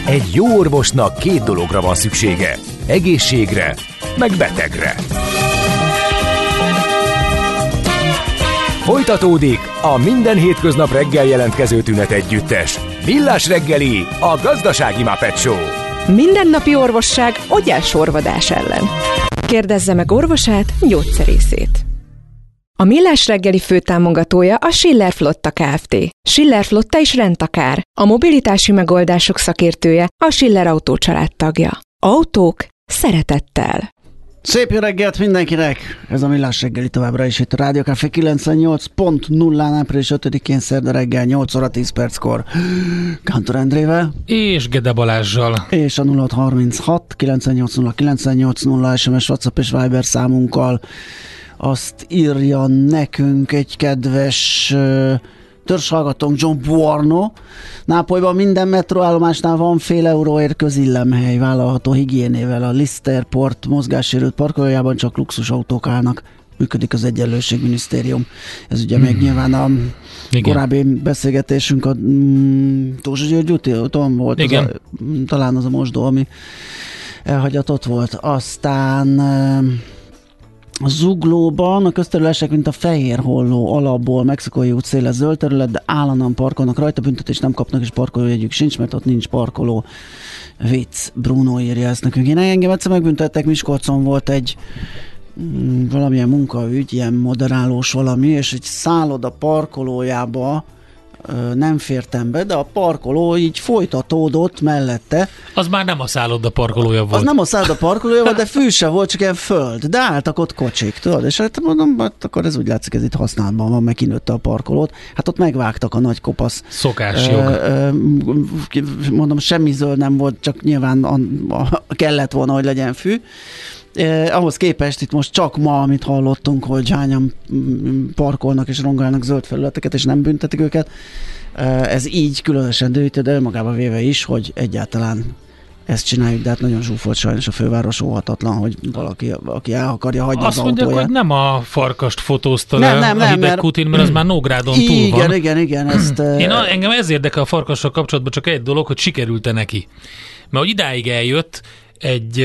Egy jó orvosnak 2 dologra van szüksége. Egészségre, meg betegre. Folytatódik a minden hétköznap reggel jelentkező tünet együttes. Millás reggeli, a gazdasági Muppet Show. Mindennapi orvosság ogyásorvadás ellen. Kérdezze meg orvosát, gyógyszerészét. A Millás reggeli főtámogatója a Schiller Flotta Kft. Schiller Flotta is rendtakár. A mobilitási megoldások szakértője, a Schiller Autó család tagja. Autók szeretettel. Szép jó reggelt mindenkinek! Ez a Millás reggeli továbbra is itt a Rádió Café 98.0-án április 5-én szerda reggel 8 óra 10 perckor Kántor Endrével és Gede Balázssal és a 0636 980 980 SMS, WhatsApp és Viber számunkkal. Azt írja nekünk egy kedves törzshallgatónk, John Buorno. Nápolyban minden metróállomásnál van fél euróért közillemhely, vállalható higiénével. A Listerport mozgássérült parkolójában csak luxusautók állnak. Működik az Egyenlőségminisztérium. Ez ugye még nyilván a korábbi beszélgetésünk a Tózsa György úton volt. Talán az a mosdó, ami elhagyatott volt. Aztán a Zuglóban a közterületek, mint a Fehérholló alapból Mexikói út széle zöld terület, de állandóan parkolnak rajta, büntetést nem kapnak, és parkolójegyük sincs, mert ott nincs parkoló. Vicc, Bruno írja ezt nekünk. Én engem egyszer megbüntettek, Miskolcon volt egy valamilyen munkaügy, ilyen moderálós valami, és egy szálloda parkolójába nem fértem be, de a parkoló így folytatódott mellette. Az már nem a szálloda parkolója volt. Az nem a szálloda parkolója volt, de fű se volt, csak ilyen föld. De álltak ott kocsik, tudod? És hát mondom, hát akkor ez úgy látszik, ez itt használatban van, meg kinőtte a parkolót. Hát ott megvágtak a nagy kopasz. Szokásjog. Mondom, semmi zöld nem volt, csak nyilván kellett volna, hogy legyen fű. Ahhoz képest itt most csak ma, amit hallottunk, hogy hányan parkolnak és rongálnak zöld felületeket, és nem büntetik őket. Ez így különösen dühítő, de önmagába véve is, hogy egyáltalán ezt csináljuk, de hát nagyon zsúfolt sajnos a főváros, óhatatlan, hogy valaki, aki el akarja hagyni azt az autóját. Azt mondják, hogy nem a farkast fotózta le a Hidegkutin, mert az már Nógrádon túl van. Igen. Engem ez érdekel a farkassal kapcsolatban csak egy dolog, hogy sikerült-e neki. Mert hogy idáig eljött egy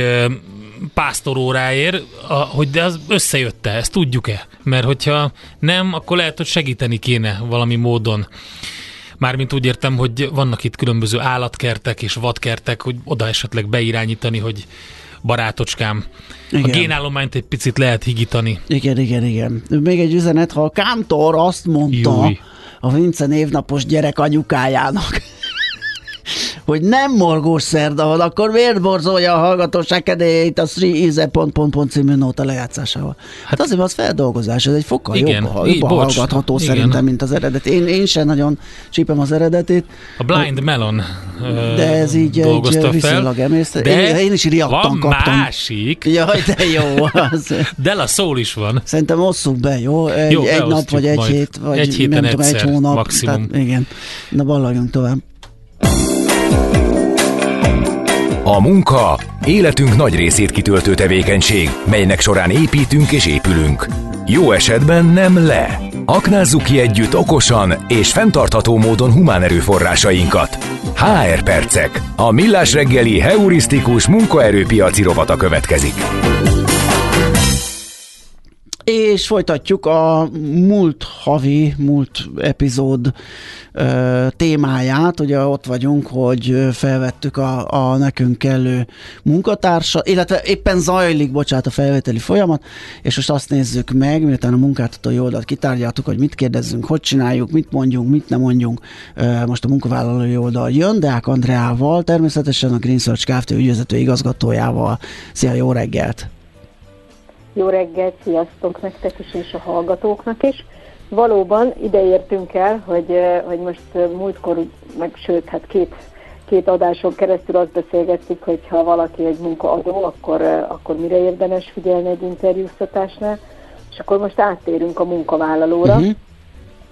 pásztoróráért, hogy de az összejött-e, ezt tudjuk-e? Mert hogyha nem, akkor lehet, hogy segíteni kéne valami módon. Mármint úgy értem, hogy vannak itt különböző állatkertek és vadkertek, hogy oda esetleg beirányítani, hogy barátocskám, igen. A génállományt egy picit lehet higítani. Igen. Még egy üzenet, ha a Kántor azt mondta a Vince névnapos gyerek anyukájának, hogy nem morgós szerda van, akkor miért borzolja a hallgatóság kedélyét a Sri című nóta lejátszásával? Hát azért, az feldolgozás, ez egy fokkal jobban hallgatható szerintem, mint az eredet. Én sem nagyon csípem az eredetét. A Blind Melon de ez így egy viszonylag emésztő. Én is riadtan kaptam. Másik. Jaj, de jó. De La Soul is van. Szerintem osszuk be, jó? Egy nap, vagy egy hét, vagy egy héten egyszer, egy hónap. maximum. Tehát, igen. Na, ballagjunk tovább. A munka életünk nagy részét kitöltő tevékenység, melynek során építünk és épülünk. Jó esetben nem le. Aknázzuk ki együtt okosan és fenntartható módon humán erőforrásainkat. HR percek. A Millás reggeli heurisztikus munkaerőpiaci rovata következik. És folytatjuk a múlt epizód témáját. Ugye ott vagyunk, hogy felvettük a nekünk kellő munkatársa, illetve éppen zajlik, a felvételi folyamat, és most azt nézzük meg, miután a munkáltatói oldalt kitárgyaltuk, hogy mit kérdezzünk, hogy csináljuk, mit mondjunk, mit nem mondjunk. Most a munkavállalói oldal jön, Deák Andreával, természetesen a Green Search Kft. Ügyvezető igazgatójával. Szia, jó reggelt! Jó reggelt, sziasztok nektek is, és a hallgatóknak is. Valóban ide értünk el, hogy most múltkor, meg sőt, hát két adáson keresztül azt beszélgettük, hogy ha valaki egy munkaadó, akkor mire érdemes figyelni egy interjúztatásnál, és akkor most áttérünk a munkavállalóra.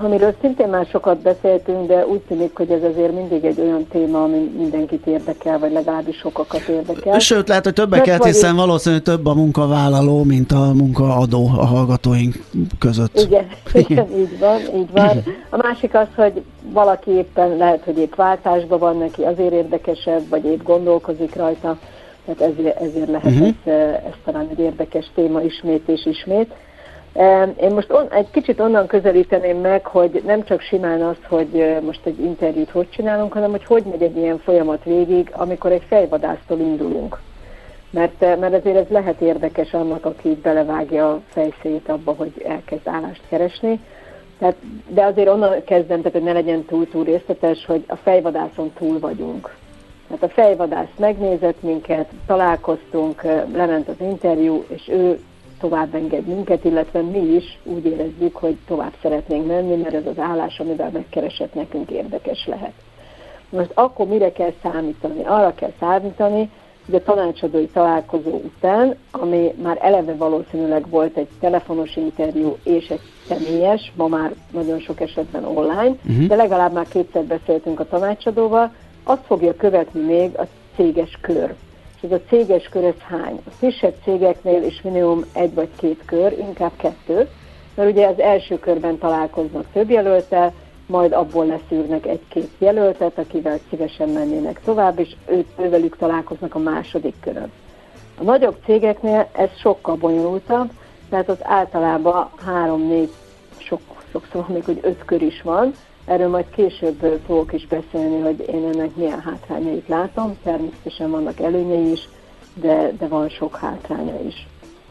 amiről szintén már sokat beszéltünk, de úgy tűnik, hogy ez azért mindig egy olyan téma, ami mindenkit érdekel, vagy legalábbis sokakat érdekel. Sőt, lehet, hogy többeket, hiszen valószínűleg több a munkavállaló, mint a munkaadó a hallgatóink között. Igen, így van. A másik az, hogy valaki éppen lehet, hogy épp váltásban van neki, azért érdekesebb, vagy épp gondolkozik rajta, tehát ezért lehet ez talán egy érdekes téma ismét és ismét. Én most egy kicsit onnan közelíteném meg, hogy nem csak simán az, hogy most egy interjút hogy csinálunk, hanem hogy megy egy ilyen folyamat végig, amikor egy fejvadásztól indulunk. Mert azért ez lehet érdekes annak, aki belevágja a fejszét abba, hogy elkezd állást keresni. De azért onnan kezdem, tehát hogy ne legyen túl részletes, hogy a fejvadászon túl vagyunk. Tehát a fejvadász megnézett minket, találkoztunk, lement az interjú, és ő tovább enged minket, illetve mi is úgy érezzük, hogy tovább szeretnénk menni, mert ez az állás, amivel megkeresett, nekünk érdekes lehet. Most akkor mire kell számítani? Arra kell számítani, hogy a tanácsadói találkozó után, ami már eleve valószínűleg volt egy telefonos interjú és egy személyes, ma már nagyon sok esetben online, de legalább már 2-szer beszéltünk a tanácsadóval, azt fogja követni még a céges kör. És ez a céges kör, ez hány? A kisebb cégeknél is minimum 1 vagy 2 kör, inkább 2, mert ugye az első körben találkoznak több jelölttel, majd abból leszűrnek 1-2 jelöltet, akivel szívesen mennének tovább, és ővelük találkoznak a második körön. A nagyobb cégeknél ez sokkal bonyolultabb, tehát ott általában 3-4, sokszor még, hogy 5 kör is van. Erről majd később fogok is beszélni, hogy én ennek milyen hátrányait látom. Természetesen vannak előnyei is, de van sok hátránya is.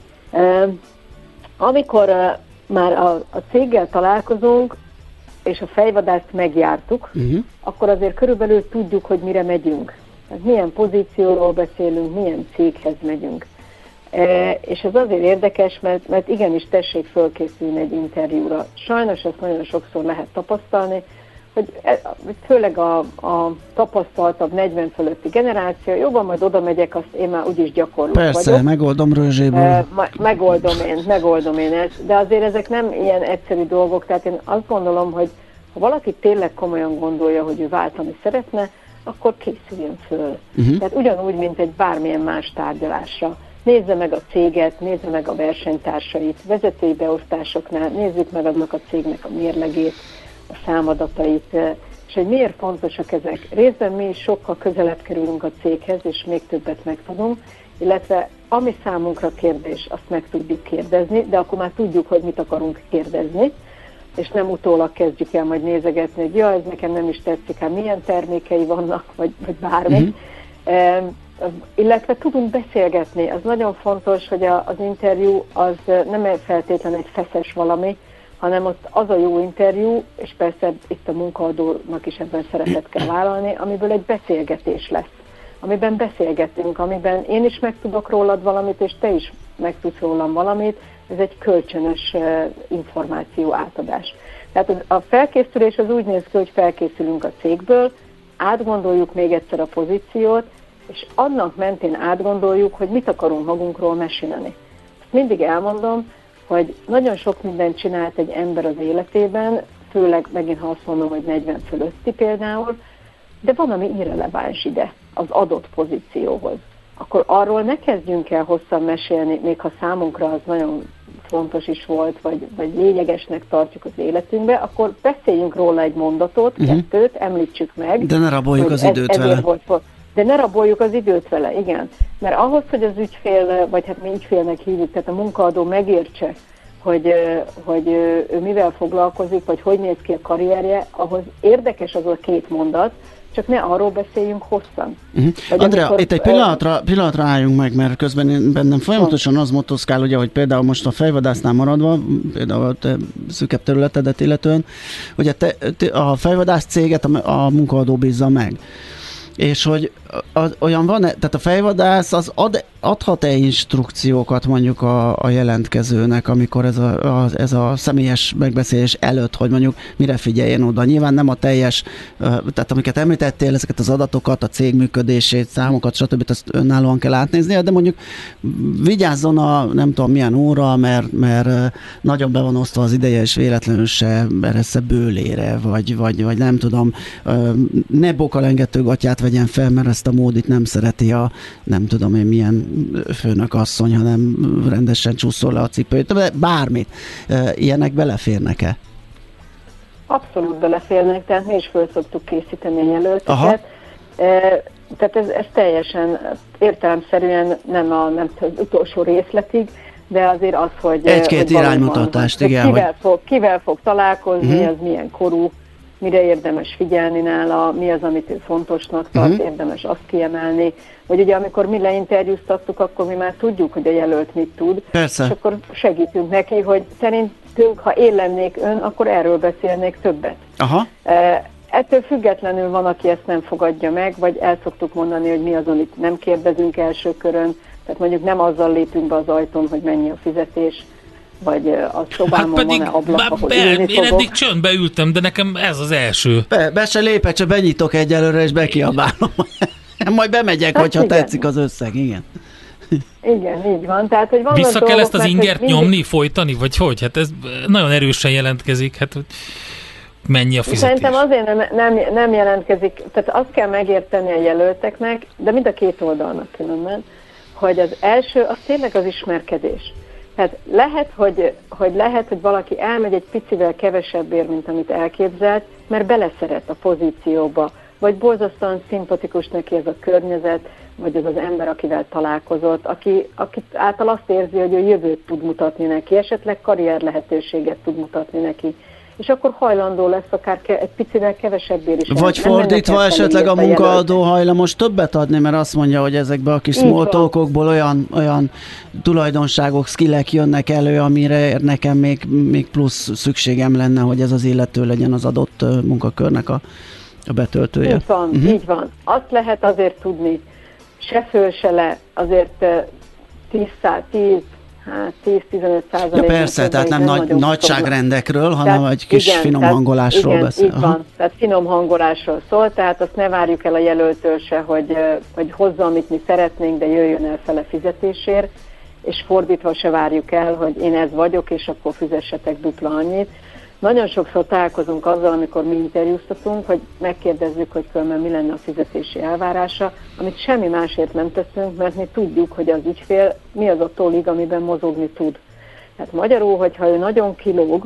Amikor már a céggel találkozunk, és a fejvadászt megjártuk, akkor azért körülbelül tudjuk, hogy mire megyünk. Tehát milyen pozícióról beszélünk, milyen céghez megyünk. És ez azért érdekes, mert igenis tessék fölkészülni egy interjúra. Sajnos ezt nagyon sokszor lehet tapasztalni, hogy főleg a tapasztaltabb 40 fölötti generáció, jobban majd oda megyek, azt én már úgyis gyakorló vagyok. Persze, megoldom rőzséből. Megoldom én ezt, de azért ezek nem ilyen egyszerű dolgok, tehát én azt gondolom, hogy ha valaki tényleg komolyan gondolja, hogy ő váltani szeretne, akkor készüljön föl. Tehát ugyanúgy, mint egy bármilyen más tárgyalásra. Nézze meg a céget, nézze meg a versenytársait, vezetői beosztásoknál, nézzük meg annak a cégnek a mérlegét, a számadatait, és hogy miért fontosak ezek. Részben mi is sokkal közelebb kerülünk a céghez, és még többet megtudunk, illetve ami számunkra kérdés, azt meg tudjuk kérdezni, de akkor már tudjuk, hogy mit akarunk kérdezni, és nem utólag kezdjük el majd nézegetni, hogy ez nekem nem is tetszik, hát milyen termékei vannak, vagy bármi. Illetve tudunk beszélgetni. Az nagyon fontos, hogy az interjú az nem feltétlenül egy feszes valami, hanem ott az a jó interjú, és persze itt a munkaadónak is ebben szerepet kell vállalni, amiből egy beszélgetés lesz. Amiben beszélgetünk, amiben én is megtudok rólad valamit, és te is megtudsz rólam valamit, ez egy kölcsönös információ átadás. Tehát a felkészülés az úgy néz ki, hogy felkészülünk a cégből, átgondoljuk még egyszer a pozíciót, és annak mentén átgondoljuk, hogy mit akarunk magunkról mesélni. Ezt mindig elmondom, hogy nagyon sok mindent csinált egy ember az életében, főleg megint ha azt mondom, hogy 40 fölötti például, de van, ami irreleváns ide, az adott pozícióhoz. Akkor arról ne kezdjünk el hosszan mesélni, még ha számunkra az nagyon fontos is volt, vagy lényegesnek tartjuk az életünkbe, akkor beszéljünk róla egy mondatot, 2, említsük meg. De ne raboljuk az időt vele. De ne raboljuk az időt vele, igen. Mert ahhoz, hogy az ügyfél, vagy hát mi ügyfélnek hívjuk, tehát a munkaadó megértse, hogy ő mivel foglalkozik, vagy hogy néz ki a karrierje, ahhoz érdekes az a 2 mondat, csak ne arról beszéljünk hosszan. Andrea, itt egy pillanatra álljunk meg, mert közben bennem folyamatosan az motoszkál, ugye, hogy például most a fejvadásznál maradva, például a te szűkebb területedet illetően, ugye a fejvadász céget a munkaadó bízza meg. És hogy olyan van, tehát a fejvadász az adhat-e instrukciókat mondjuk a jelentkezőnek, amikor ez a személyes megbeszélés előtt, hogy mondjuk mire figyeljen oda? Nyilván nem a teljes, tehát amiket említettél, ezeket az adatokat, a cég működését, számokat, stb. Ezt önállóan kell átnéznie, de mondjuk vigyázzon a nem tudom milyen óra, mert nagyon be van osztva az ideje, és véletlenül se eressze bőlére, vagy nem tudom, ne bokalengető gatyát vegyen fel, mert ezt a módit nem szereti a nem tudom én milyen főnök asszony, hanem rendesen csúszol le a cipőjét, de bármit. Ilyenek beleférnek-e? Abszolút beleférnek, tehát mi is föl szoktuk készíteni a jelölteket. Tehát ez teljesen értelemszerűen nem az utolsó részletig, de azért az, hogy... Egy-két iránymutatást, igen. Kivel fog találkozni, az milyen korú, mire érdemes figyelni nála, mi az, amit ő fontosnak tart, érdemes azt kiemelni. Vagy ugye amikor mi leinterjúztattuk, akkor mi már tudjuk, hogy a jelölt mit tud. Persze. És akkor segítünk neki, hogy szerintünk, ha én lennék ön, akkor erről beszélnék többet. Aha. Ettől függetlenül van, aki ezt nem fogadja meg, vagy el szoktuk mondani, hogy mi az, amit nem kérdezünk első körön. Tehát mondjuk nem azzal lépünk be az ajtón, hogy mennyi a fizetés, vagy a szobámon van-e ablak, ahol ülni én eddig csöndbe ültem, de nekem ez az első. Be se lépett, csak benyitok egyelőre, és bekiabálom. Majd bemegyek, hát hogyha tetszik az összeg, igen. Igen, így van. Tehát, hogy vissza kell ezt az ingert nyomni, folytani, vagy hogy? Hát ez nagyon erősen jelentkezik, hát mennyi a fizetés? Szerintem azért nem jelentkezik, tehát azt kell megérteni a jelölteknek, de mind a két oldalnak különben, hogy az első, az tényleg az ismerkedés. Tehát lehet, hogy valaki elmegy egy picivel kevesebbért, mint amit elképzelt, mert beleszeret a pozícióba, vagy borzasztóan szimpatikus neki ez a környezet, vagy az az ember, akivel találkozott, aki által azt érzi, hogy ő jövőt tud mutatni neki, esetleg karrier lehetőséget tud mutatni neki. És akkor hajlandó lesz akár egy picivel kevesebbért is. Vagy fordítva esetleg a munkaadó hajlamos többet adni, mert azt mondja, hogy ezekbe a kis small talkokból olyan tulajdonságok, skillek jönnek elő, amire nekem még plusz szükségem lenne, hogy ez az illető legyen az adott munkakörnek a betöltője. Így van, így van. Azt lehet azért tudni, se föl, se le, azért 10-15%. Ja persze, tehát nem nagyságrendekről, hanem egy kis finom hangolásról beszél. Így van, tehát finom hangolásról szól, tehát azt ne várjuk el a jelöltől se, hogy hozza, amit mi szeretnénk, de jöjjön el fele fizetésért, és fordítva se várjuk el, hogy én ez vagyok, és akkor fizessetek dupla annyit. Nagyon sokszor találkozunk azzal, amikor mi interjúztatunk, hogy megkérdezzük, hogy különben mi lenne a fizetési elvárása, amit semmi másért nem teszünk, mert mi tudjuk, hogy az ügyfél mi az a tolig, amiben mozogni tud. Tehát magyarul, hogyha ő nagyon kilóg,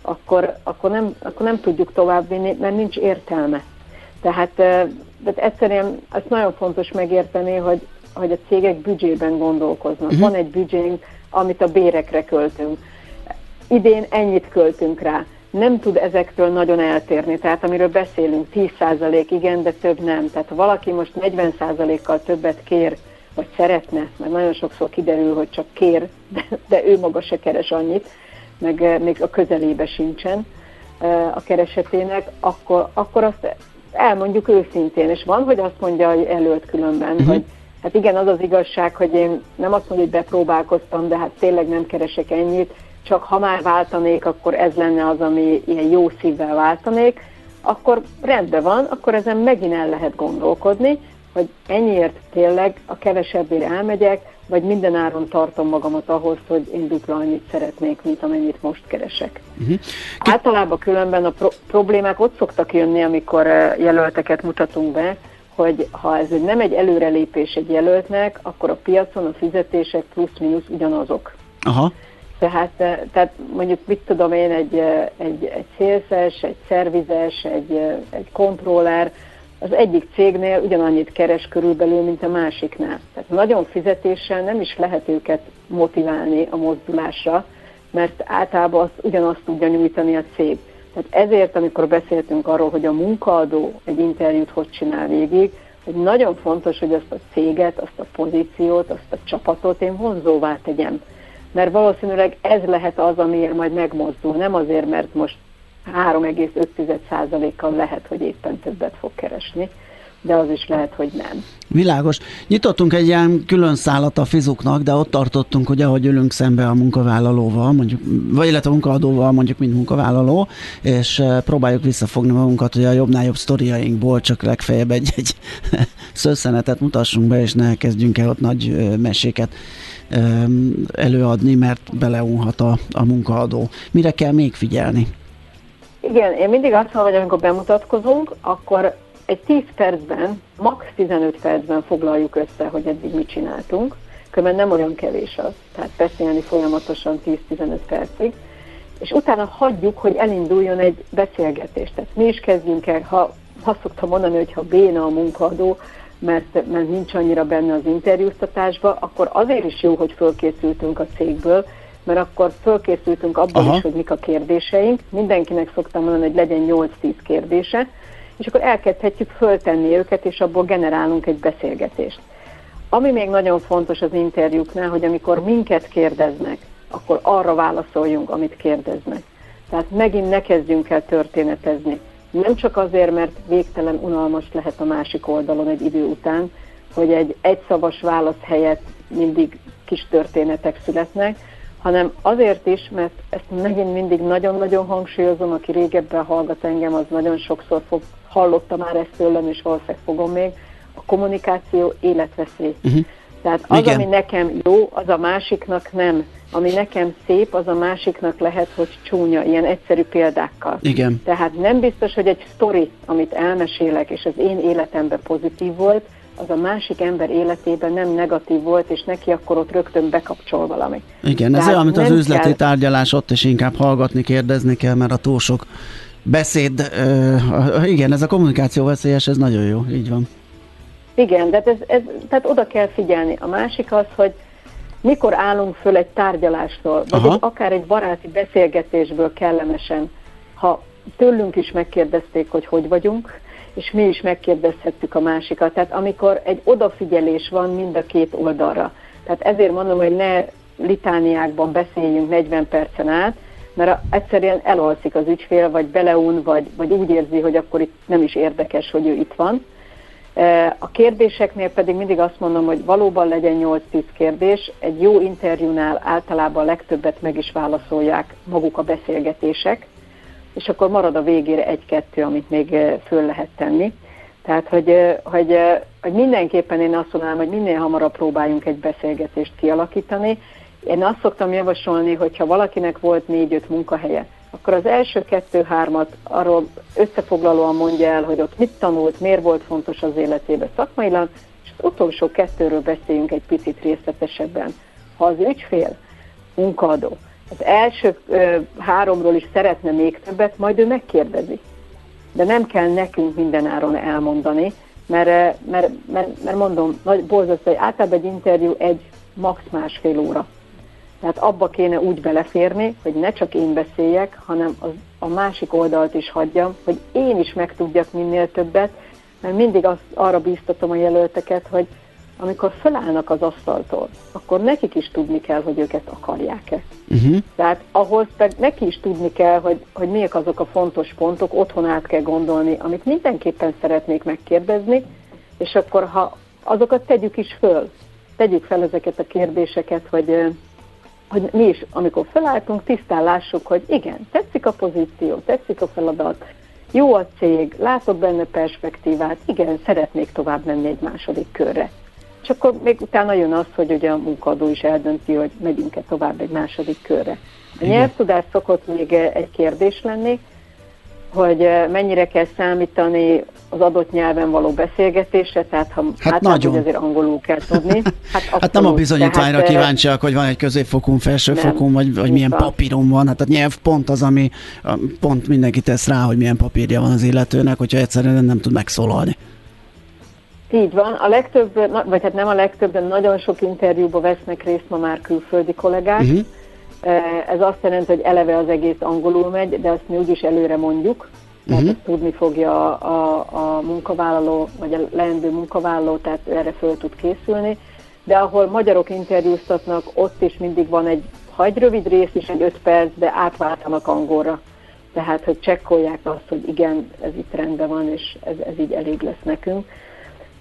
akkor nem tudjuk továbbvinni, mert nincs értelme. Tehát egyszerűen ezt nagyon fontos megérteni, hogy a cégek büdzsében gondolkoznak. Van egy büdzsénk, amit a bérekre költünk. Idén ennyit költünk rá. Nem tud ezektől nagyon eltérni, tehát amiről beszélünk, 10% igen, de több nem. Tehát ha valaki most 40%-kal többet kér, vagy szeretne, mert nagyon sokszor kiderül, hogy csak kér, de ő maga se keres annyit, meg még a közelébe sincsen a keresetének, akkor azt elmondjuk őszintén. És van, hogy azt mondja, hogy előtt különben, hogy hát igen, az az igazság, hogy én nem azt mondja, hogy bepróbálkoztam, de hát tényleg nem keresek ennyit, csak ha már váltanék, akkor ez lenne az, ami ilyen jó szívvel váltanék, akkor rendben van, akkor ezen megint el lehet gondolkodni, hogy ennyiért tényleg a kevesebbért elmegyek, vagy minden áron tartom magamat ahhoz, hogy én dupla annyit szeretnék, mint amennyit most keresek. Általában különben a problémák ott szoktak jönni, amikor jelölteket mutatunk be, hogy ha ez nem egy előrelépés egy jelöltnek, akkor a piacon a fizetések plusz-minusz ugyanazok. Aha. Tehát mondjuk mit tudom én, egy szélszes, egy szervizes, egy kontroller, az egyik cégnél ugyanannyit keres körülbelül, mint a másiknál. Tehát nagyon fizetéssel nem is lehet őket motiválni a mozdulásra, mert általában ugyanazt tudja nyújtani a cég. Tehát ezért, amikor beszéltünk arról, hogy a munkaadó egy interjút hogy csinál végig, hogy nagyon fontos, hogy azt a céget, azt a pozíciót, azt a csapatot én vonzóvá tegyem. Mert valószínűleg ez lehet az, amiért majd megmozdul. Nem azért, mert most 3,5%-kal lehet, hogy éppen többet fog keresni, de az is lehet, hogy nem. Világos. Nyitottunk egy ilyen külön szálat a fizuknak, de ott tartottunk, ugye, hogy ülünk szembe a munkavállalóval, mondjuk, vagy illetve a munkaadóval, mondjuk, mint munkavállaló, és próbáljuk visszafogni magunkat, hogy a jobbnál jobb sztoriainkból csak legfeljebb egy szösszenetet mutassunk be, és ne kezdjünk el ott nagy meséket előadni, mert beleunhat a munkaadó. Mire kell még figyelni? Igen, én mindig azt mondom, hogy amikor bemutatkozunk, akkor egy 10 percben, max. 15 percben foglaljuk össze, hogy eddig mit csináltunk, különben nem olyan kevés az, tehát beszélni folyamatosan 10-15 percig, és utána hagyjuk, hogy elinduljon egy beszélgetés. Tehát mi is kezdjünk el, azt szoktam mondani, hogy ha béna a munkaadó, mert nincs annyira benne az interjúztatásba, akkor azért is jó, hogy fölkészültünk a cégből, mert akkor fölkészültünk abban is, hogy mik a kérdéseink. Mindenkinek szoktam mondani, hogy legyen 8-10 kérdése, és akkor elkezdhetjük föltenni őket, és abból generálunk egy beszélgetést. Ami még nagyon fontos az interjúknál, hogy amikor minket kérdeznek, akkor arra válaszoljunk, amit kérdeznek. Tehát megint ne kezdjünk el történetezni. Nem csak azért, mert végtelen unalmas lehet a másik oldalon egy idő után, hogy egy egyszavas válasz helyett mindig kis történetek születnek, hanem azért is, mert ezt megint mindig nagyon-nagyon hangsúlyozom, aki régebben hallgat engem, az nagyon sokszor hallotta már ezt tőlem, és valószínűleg fogom még, a kommunikáció életveszély. Tehát az, igen, ami nekem jó, az a másiknak nem. Ami nekem szép, az a másiknak lehet, hogy csúnya, ilyen egyszerű példákkal. Igen. Tehát nem biztos, hogy egy sztori, amit elmesélek, és az én életemben pozitív volt, az a másik ember életében nem negatív volt, és neki akkor ott rögtön bekapcsol valami. Igen, ez olyan, mint az üzleti tárgyalás, ott is inkább hallgatni, kérdezni kell, mert a túl sok beszéd, igen, ez a kommunikáció veszélyes, ez nagyon jó, így van. Igen, de tehát oda kell figyelni. A másik az, hogy mikor állunk föl egy tárgyalástól, vagy akár egy baráti beszélgetésből kellemesen, ha tőlünk is megkérdezték, hogy vagyunk, és mi is megkérdezhettük a másikat. Tehát amikor egy odafigyelés van mind a két oldalra. Tehát ezért mondom, hogy ne litániákban beszéljünk 40 percen át, mert egyszerűen elalszik az ügyfél, vagy beleun, vagy úgy érzi, hogy akkor itt nem is érdekes, hogy ő itt van. A kérdéseknél pedig mindig azt mondom, hogy valóban legyen 8-10 kérdés. Egy jó interjúnál általában a legtöbbet meg is válaszolják maguk a beszélgetések, és akkor marad a végére 1-2, amit még föl lehet tenni. Tehát, hogy mindenképpen én azt mondanám, hogy minél hamarabb próbáljunk egy beszélgetést kialakítani. Én azt szoktam javasolni, hogy ha valakinek volt 4-5 munkahelye, akkor az első 2-3-at arról összefoglalóan mondja el, hogy ott mit tanult, miért volt fontos az életében szakmailag, és az utolsó 2-ről beszéljünk egy picit részletesebben. Ha az ügyfél, munkaadó, az első 3-ról is szeretne még többet, majd ő megkérdezi. De nem kell nekünk mindenáron elmondani, mert mondom, borzasztó, hogy általában egy interjú max. 1,5 óra. Tehát abba kéne úgy beleférni, hogy ne csak én beszéljek, hanem a másik oldalt is hagyjam, hogy én is megtudjak minél többet, mert mindig arra bíztatom a jelölteket, hogy amikor felállnak az asztaltól, akkor nekik is tudni kell, hogy ők ezt akarják-e. Tehát ahhoz neki is tudni kell, hogy miek azok a fontos pontok, otthon át kell gondolni, amit mindenképpen szeretnék megkérdezni, és akkor ha azokat tegyük fel ezeket a kérdéseket, hogy mi is, amikor felálltunk, tisztán lássuk, hogy igen, tetszik a pozíció, tetszik a feladat, jó a cég, látok benne perspektívát, igen, szeretnék tovább menni egy második körre. És akkor még utána jön az, hogy ugye a munkaadó is eldönti, hogy megyünk-e tovább egy második körre. A nyelvtudás szokott még egy kérdés lenni, hogy mennyire kell számítani az adott nyelven való beszélgetésre, tehát ha hogy azért angolul kell tudni. Hát nem a bizonyítványra kíváncsiak, hogy van egy középfokún, felsőfokún, vagy milyen papíron van. Hát a nyelv pont az, ami pont mindenki tesz rá, hogy milyen papírja van az illetőnek, hogyha egyszerűen nem tud megszólalni. Így van, a legtöbb, vagy hát nem a legtöbb, de nagyon sok interjúba vesznek részt ma már külföldi kollégák. Ez azt jelenti, hogy eleve az egész angolul megy, de azt mi úgyis előre mondjuk, tehát ezt tudni fogja a munkavállaló, vagy a leendő munkavállaló, tehát erre föl tud készülni. De ahol magyarok interjúztatnak, ott is mindig van egy rövid rész is, egy 5 perc, de átváltanak angolra. Tehát, hogy csekkolják azt, hogy igen, ez itt rendben van, és ez így elég lesz nekünk.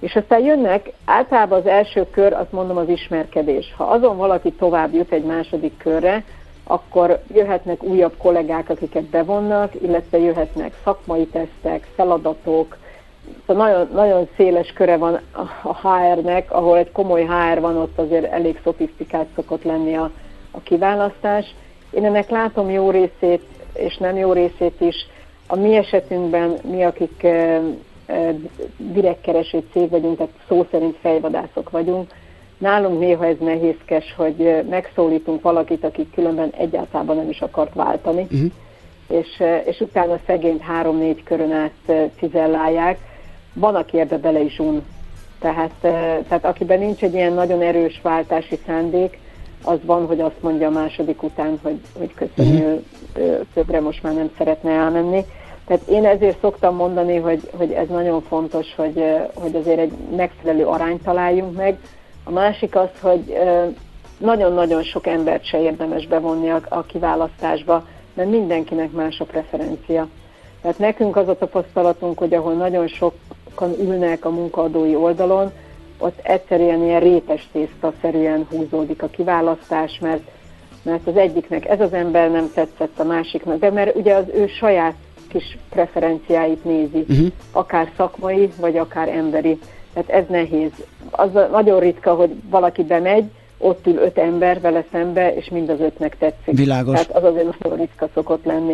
És aztán jönnek, általában az első kör, azt mondom, az ismerkedés. Ha azon valaki tovább jut egy második körre, akkor jöhetnek újabb kollégák, akiket bevonnak, illetve jöhetnek szakmai tesztek, feladatok. Szóval nagyon, nagyon széles köre van a HR-nek, ahol egy komoly HR van, ott azért elég szofisztikált szokott lenni a kiválasztás. Én ennek látom jó részét, és nem jó részét is. A mi esetünkben, mi akik direktkereső cég vagyunk, tehát szó szerint fejvadászok vagyunk, nálunk néha ez nehézkes, hogy megszólítunk valakit, aki különben egyáltalán nem is akart váltani, és utána szegényt 3-4 körön át cizellálják. Van, aki ebbe bele is un. Tehát akiben nincs egy ilyen nagyon erős váltási szándék, az van, hogy azt mondja a második után, hogy köszönjük, többre most már nem szeretne elmenni. Tehát én ezért szoktam mondani, hogy ez nagyon fontos, hogy azért egy megfelelő arányt találjunk meg. A másik az, hogy nagyon-nagyon sok embert se érdemes bevonni a kiválasztásba, mert mindenkinek más a preferencia. Tehát nekünk az a tapasztalatunk, hogy ahol nagyon sokan ülnek a munkaadói oldalon, ott egyszerűen ilyen rétes tésztaszerűen húzódik a kiválasztás, mert az egyiknek ez az ember nem tetszett, a másiknak, de mert ugye az ő saját kis preferenciáit nézi, akár szakmai, vagy akár emberi. Tehát ez nehéz. Az nagyon ritka, hogy valaki bemegy, ott ül 5 ember vele szembe, és mind az 5-nek tetszik. Világos. Tehát az azért nagyon ritka szokott lenni.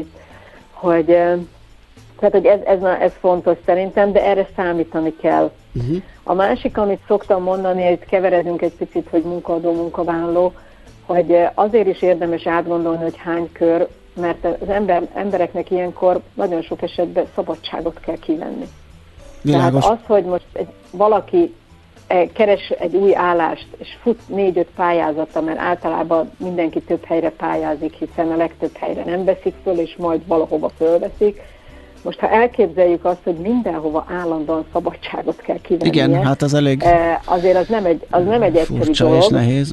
Tehát, hogy ez fontos szerintem, de erre számítani kell. A másik, amit szoktam mondani, itt keveredünk egy picit, hogy munkaadó, munkavállaló, hogy azért is érdemes átgondolni, hogy hány kör, mert az embereknek ilyenkor nagyon sok esetben szabadságot kell kivenni. Világos. Tehát az, hogy most valaki keres egy új állást, és fut 4-5 pályázata, mert általában mindenki több helyre pályázik, hiszen a legtöbb helyre nem veszik föl, és majd valahova fölveszik. Most ha elképzeljük azt, hogy mindenhova állandóan szabadságot kell kivennie, igen, hát az elég azért az nem egy egyszerű dolog. És nehéz.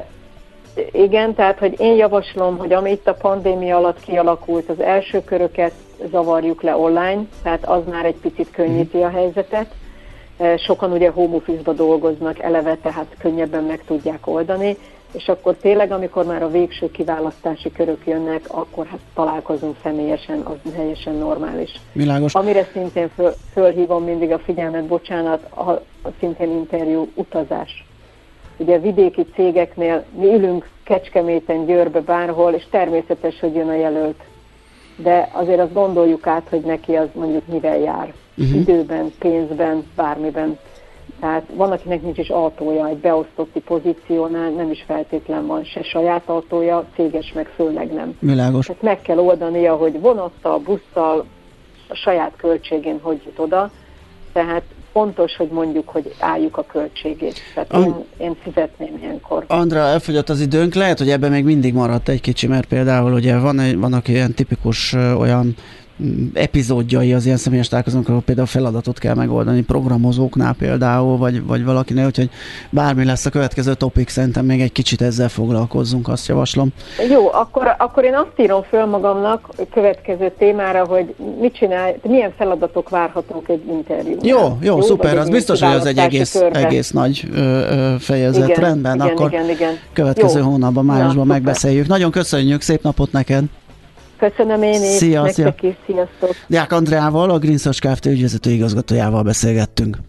Igen, tehát hogy én javaslom, hogy ami itt a pandémia alatt kialakult, az első köröket zavarjuk le online, tehát az már egy picit könnyíti a helyzetet. Sokan ugye home office-ba dolgoznak eleve, tehát könnyebben meg tudják oldani, és akkor tényleg, amikor már a végső kiválasztási körök jönnek, akkor hát találkozunk személyesen, az teljesen normális. Világos. Amire szintén fölhívom mindig a figyelmet, bocsánat, a szintén interjú, utazás. Ugye vidéki cégeknél mi ülünk Kecskeméten, Győrbe, bárhol, és természetes, hogy jön a jelölt. De azért azt gondoljuk át, hogy neki az mondjuk mivel jár. Időben, pénzben, bármiben. Tehát van, akinek nincs is autója, egy beosztotti pozíciónál nem is feltétlen van se saját autója, céges meg főleg nem. Világos. Tehát meg kell oldania, hogy vonattal, busszal, a saját költségén hogy jut oda. Tehát fontos, hogy mondjuk, hogy álljuk a költségét. Tehát én fizetném ilyenkor. Andra, elfogyott az időnk, lehet, hogy ebben még mindig maradt egy kicsi, mert például ugye vannak ilyen tipikus olyan epizódjai az ilyen személyes találkozókon, ahol például feladatot kell megoldani programozóknál például, vagy valakinél, úgyhogy bármi lesz a következő topik, szerintem még egy kicsit ezzel foglalkozzunk, azt javaslom. Jó, akkor én azt írom föl magamnak a következő témára, hogy mit csinálj, milyen feladatok várhatók egy interjúnál. Jó, szuper, az biztos, hogy az egy egész nagy fejezet. Igen, rendben, igen, akkor igen. következő hónapban, májusban szuper. megbeszéljük. Nagyon köszönjük, szép napot neked! Köszönöm én is, nektek is, sziasztok! Deák Andreával, a Green Search Kft. Ügyvezető igazgatójával beszélgettünk.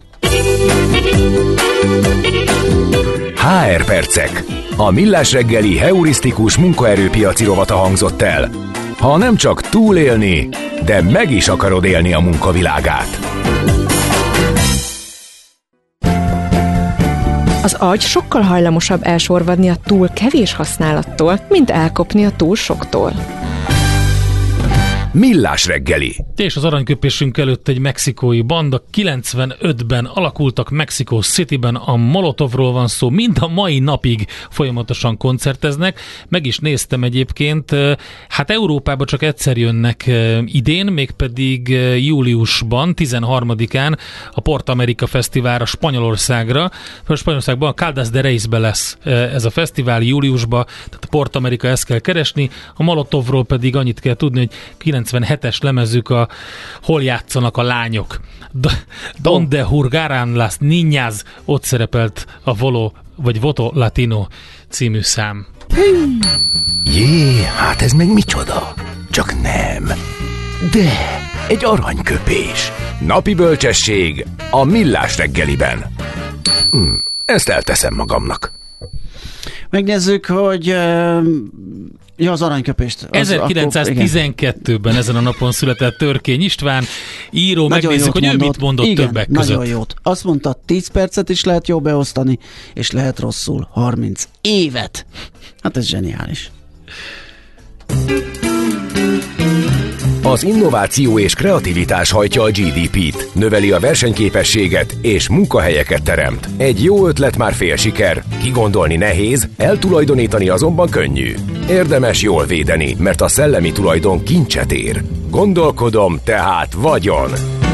HR percek. A Millás reggeli heurisztikus munkaerőpiaci rovata hangzott el. Ha nem csak túlélni, de meg is akarod élni a munkavilágát. Az agy sokkal hajlamosabb elsorvadni a túl kevés használattól, mint elkopni a túl soktól. Millás reggeli. És az aranyköpésünk előtt egy mexikói banda, 95-ben alakultak Mexico Cityben, a Molotovról van szó, mind a mai napig folyamatosan koncerteznek, meg is néztem egyébként, hát Európába csak egyszer jönnek idén, mégpedig júliusban, 13-án a Port America Fesztiválra Spanyolországban, a Caldas de Reisbe lesz ez a fesztivál júliusban, tehát a Port America ezt kell keresni, a Molotovról pedig annyit kell tudni, hogy 97-es lemezük a Hol játszanak a lányok. Donde Hurgaran las Niñas, ott szerepelt a Voto Latino című szám. Jé, hát ez meg micsoda? Csak nem. De egy aranyköpés. Napi bölcsesség a Millás reggeliben. Ezt elteszem magamnak. Megnézzük, hogy az aranyköpést. 1912-ben ezen a napon született Törkény István, író, nagyon megnézzük, hogy mondott. ő mit mondott igen, többek között. Nagyon jót. Azt mondta, 10 percet is lehet jó beosztani, és lehet rosszul 30 évet. Hát ez zseniális. Az innováció és kreativitás hajtja a GDP-t, növeli a versenyképességet és munkahelyeket teremt. Egy jó ötlet már fél siker, kigondolni nehéz, eltulajdonítani azonban könnyű. Érdemes jól védeni, mert a szellemi tulajdon kincset ér. Gondolkodom, tehát vagyon.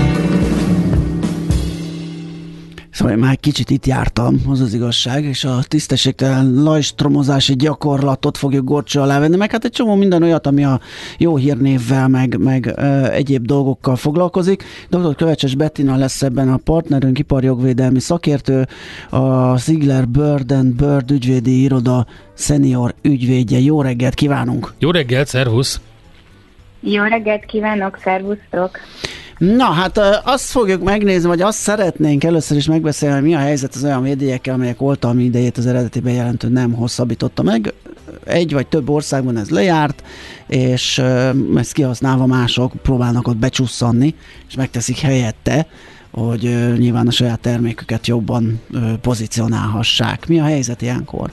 Szóval én már kicsit itt jártam, az igazság, és a tisztességtelen lajstromozási gyakorlatot fogjuk górcső alá venni, meg hát egy csomó minden olyat, ami a jó hírnévvel, meg egyéb dolgokkal foglalkozik. Dr. Kövecses Bettina lesz ebben a partnerünk, iparjogvédelmi szakértő, a Ziegler Bird & Bird ügyvédi iroda senior ügyvédje. Jó reggelt kívánunk! Jó reggelt, szervusz! Jó reggelt kívánok, szervusztok! Na, hát azt fogjuk megnézni, vagy azt szeretnénk először is megbeszélni, hogy mi a helyzet az olyan védjegyekkel, amelyek oltalmi idejét az eredeti bejelentő nem hosszabbította meg. Egy vagy több országban ez lejárt, és ezt kihasználva mások próbálnak ott becsusszanni, és megteszik helyette, hogy nyilván a saját terméküket jobban pozícionálhassák. Mi a helyzet ilyenkor?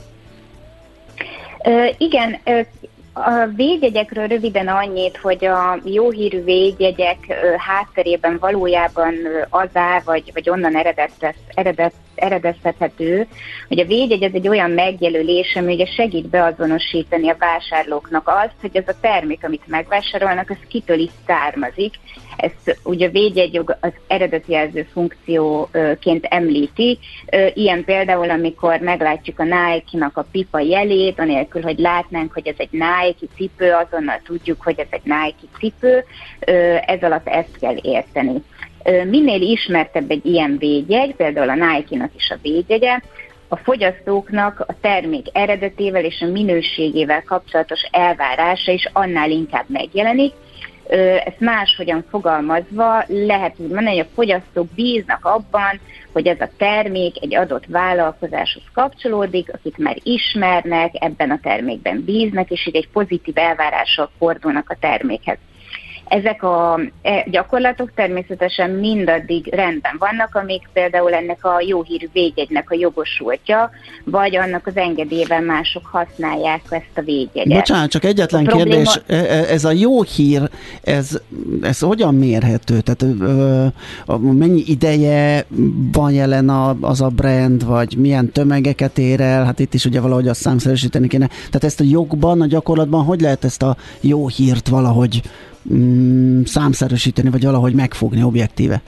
Igen, a védjegyekről röviden annyit, hogy a jó hírű védjegyek hátterében valójában az áll, vagy onnan eredeztethető, hogy a védjegy ez egy olyan megjelölés, ami ugye segít beazonosítani a vásárlóknak azt, hogy ez a termék, amit megvásárolnak, az kitől is származik. Ezt ugye a védjegyjog az eredeti jelző funkcióként említi. Ilyen például, amikor meglátjuk a Nike-nak a pipa jelét, anélkül, hogy látnánk, hogy ez egy Nike cipő, azonnal tudjuk, hogy ez egy Nike cipő. Ez alatt ezt kell érteni. Minél ismertebb egy ilyen védjegy, például a Nike-nak is a védjegye, a fogyasztóknak a termék eredetével és a minőségével kapcsolatos elvárása is annál inkább megjelenik. Ezt máshogyan fogalmazva lehet úgy mondani, hogy a fogyasztók bíznak abban, hogy ez a termék egy adott vállalkozáshoz kapcsolódik, akit már ismernek, ebben a termékben bíznak, és így egy pozitív elvárással fordulnak a termékhez. Ezek a gyakorlatok természetesen mindaddig rendben vannak, amíg például ennek a jó hírű védjegynek a jogosultja, vagy annak az engedélyével mások használják ezt a védjegyet. Bocsánat, csak egyetlen kérdés, ez a jó hír, ez hogyan mérhető? Tehát mennyi ideje van jelen az a brand, vagy milyen tömegeket ér el? Hát itt is ugye valahogy azt számszerűsíteni kéne. Tehát ezt a jogban, a gyakorlatban hogy lehet ezt a jó hírt valahogy számszerűsíteni, vagy valahogy megfogni objektíve?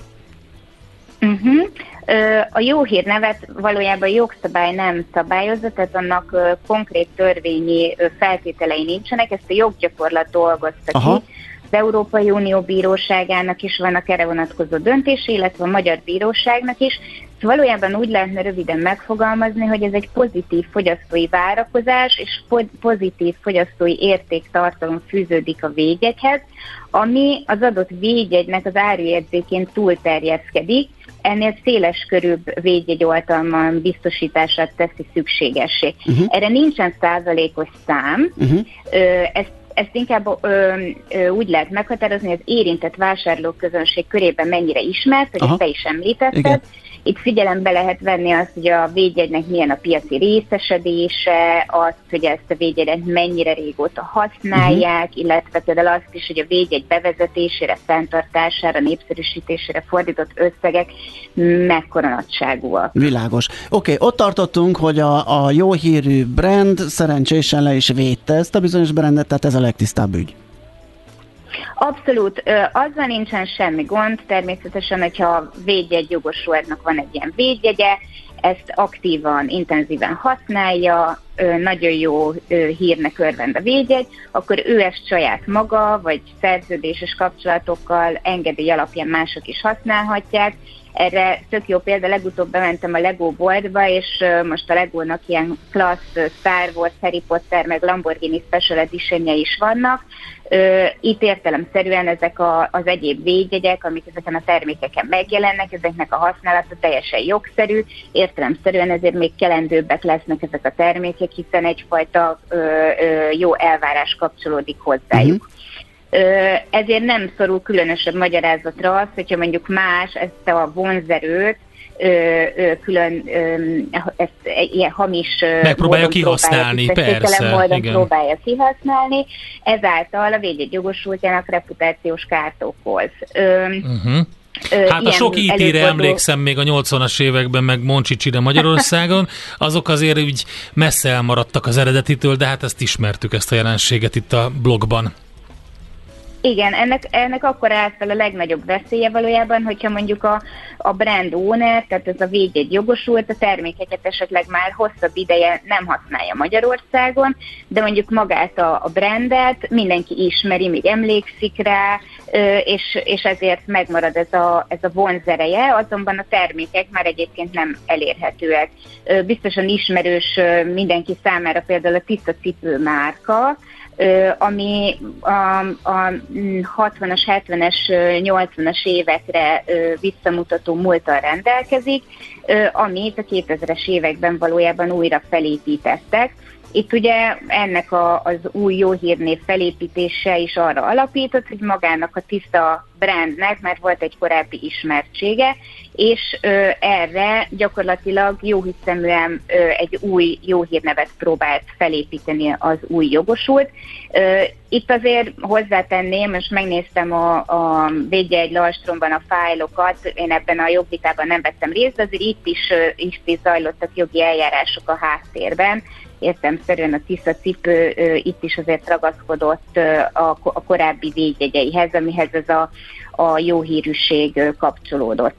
A jó hír nevet valójában jogszabály nem szabályozza, tehát annak konkrét törvényi feltételei nincsenek, ezt a joggyakorlat dolgozta ki. Az Európai Unió Bíróságának is vannak erre vonatkozó döntése, illetve a Magyar Bíróságnak is. Valójában úgy lehetne röviden megfogalmazni, hogy ez egy pozitív fogyasztói várakozás és pozitív fogyasztói értéktartalom fűződik a védjegyhez, ami az adott védjegynek az árujegyzékén túlterjeszkedik, ennél széles körűbb védjegyoltalom biztosítását teszi szükségessé. Erre nincsen százalékos szám, ezt inkább úgy lehet meghatározni, hogy az érintett vásárlóközönség körében mennyire ismert, hogy ezt te is említetted. Igen. Itt figyelembe lehet venni azt, hogy a védjegynek milyen a piaci részesedése, azt, hogy ezt a védjegyet mennyire régóta használják, illetve például azt is, hogy a védjegy bevezetésére, fenntartására, népszerűsítésére fordított összegek mekkora nagyságúak. Világos. Oké, ott tartottunk, hogy a jó hírű brand szerencsésen le is védte ezt a bizonyos brandet, tehát ez a legtisztább ügy. Abszolút, azzal nincsen semmi gond, természetesen, hogyha a védjegy jogosultnak van egy ilyen védjegye, ezt aktívan, intenzíven használja, nagyon jó hírnek örvend a védjegy, akkor ő ezt saját maga, vagy szerződéses kapcsolatokkal, engedély alapján mások is használhatják. Erre tök jó példa, legutóbb bementem a Lego boltba, és most a Legónak ilyen klassz Star Wars, Harry Potter, meg Lamborghini Special Edition-je is vannak. Itt értelemszerűen ezek az egyéb védjegyek, amik ezeken a termékeken megjelennek, ezeknek a használata teljesen jogszerű, értelemszerűen ezért még kelendőbbek lesznek ezek a termékek, hiszen egyfajta jó elvárás kapcsolódik hozzájuk. Ezért nem szorul különösebb magyarázatra az, hogyha mondjuk más ezt a vonzerőt külön ezt ilyen hamis megpróbálja kihasználni, persze, igen. Próbálja kihasználni, ezáltal a védjegy jogosultjának reputációs kárt okoz. Hát a sok IT-re emlékszem még a 80-as években, meg Moncsicsire Magyarországon, azok azért úgy messze elmaradtak az eredetitől, de hát ezt ismertük, ezt a jelenséget itt a blogban. Igen, ennek akkor áll fel a legnagyobb veszélye valójában, hogyha mondjuk a brand owner, tehát ez a védjegy jogosult, a termékeket esetleg már hosszabb ideje nem használja Magyarországon, de mondjuk magát a brandet mindenki ismeri, még emlékszik rá, és ezért megmarad ez a vonzereje, azonban a termékek már egyébként nem elérhetőek. Biztosan ismerős mindenki számára például a Tisza cipő márka, ami a 60-as, 70-es, 80-as évekre visszamutató múlttal rendelkezik, amit a 2000-es években valójában újra felépítettek. Itt ugye ennek az új jó hírnév felépítése is arra alapított, hogy magának a Tisza brandnek már volt egy korábbi ismertsége, és erre gyakorlatilag jóhiszeműen egy új jó hírnevet próbált felépíteni az új jogosult. Itt azért hozzátenném, most megnéztem a védjegy Lallstromban a fájlokat, én ebben a jogvitában nem vettem részt, de azért itt is zajlottak jogi eljárások a háttérben. Értelemszerűen a Tisza cipő itt is azért ragaszkodott a korábbi védjegyeihez, amihez ez a jó hírűség kapcsolódott.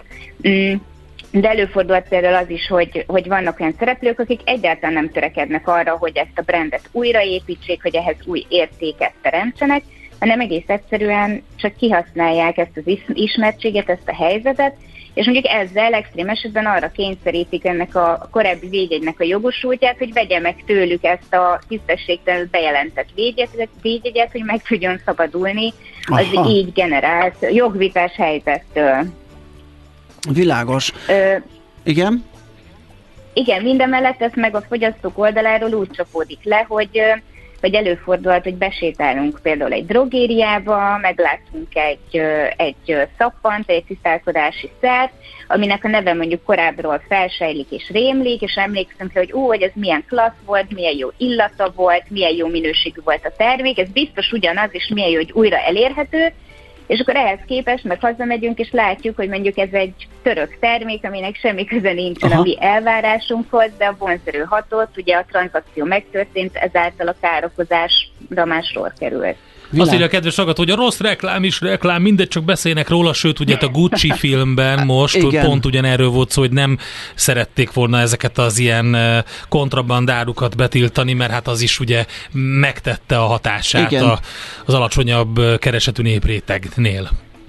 De előfordult például az is, hogy vannak olyan szereplők, akik egyáltalán nem törekednek arra, hogy ezt a brandet újraépítsék, hogy ehhez új értéket teremtsenek, hanem egész egyszerűen csak kihasználják ezt az ismertséget, ezt a helyzetet, és mondjuk ezzel extrém esetben arra kényszerítik ennek a korábbi védjegynek a jogosultját, hogy vegye meg tőlük ezt a tisztességtelenül bejelentett védjegyet, hogy meg tudjon szabadulni az így generált jogvitás helyzettől. Világos. Igen? Igen, mindemellett ez meg a fogyasztók oldaláról úgy csapódik le, hogy előfordulhat, hogy besétálunk például egy drogériába, meglátunk egy szappant, egy tisztálkodási szert, aminek a neve mondjuk korábbról felsejlik és rémlik, és emlékszünk rá, hogy ez milyen klassz volt, milyen jó illata volt, milyen jó minőségű volt a termék, ez biztos ugyanaz, és milyen jó, hogy újra elérhető, és akkor ehhez képest meg hazamegyünk, és látjuk, hogy mondjuk ez egy török termék, aminek semmi köze nincsen a mi elvárásunkhoz, de a vonzerő hatott, ugye a tranzakció megtörtént, ezáltal a károkozásra már sor került. Azt írja a kedves hallgató, hogy a rossz reklám is reklám, mindegy, csak beszélnek róla, sőt, ugye a Gucci filmben most pont ugyanerről volt szó, hogy nem szerették volna ezeket az ilyen kontrabandárukat betiltani, mert hát az is ugye megtette a hatását az alacsonyabb keresetű néprétegnél.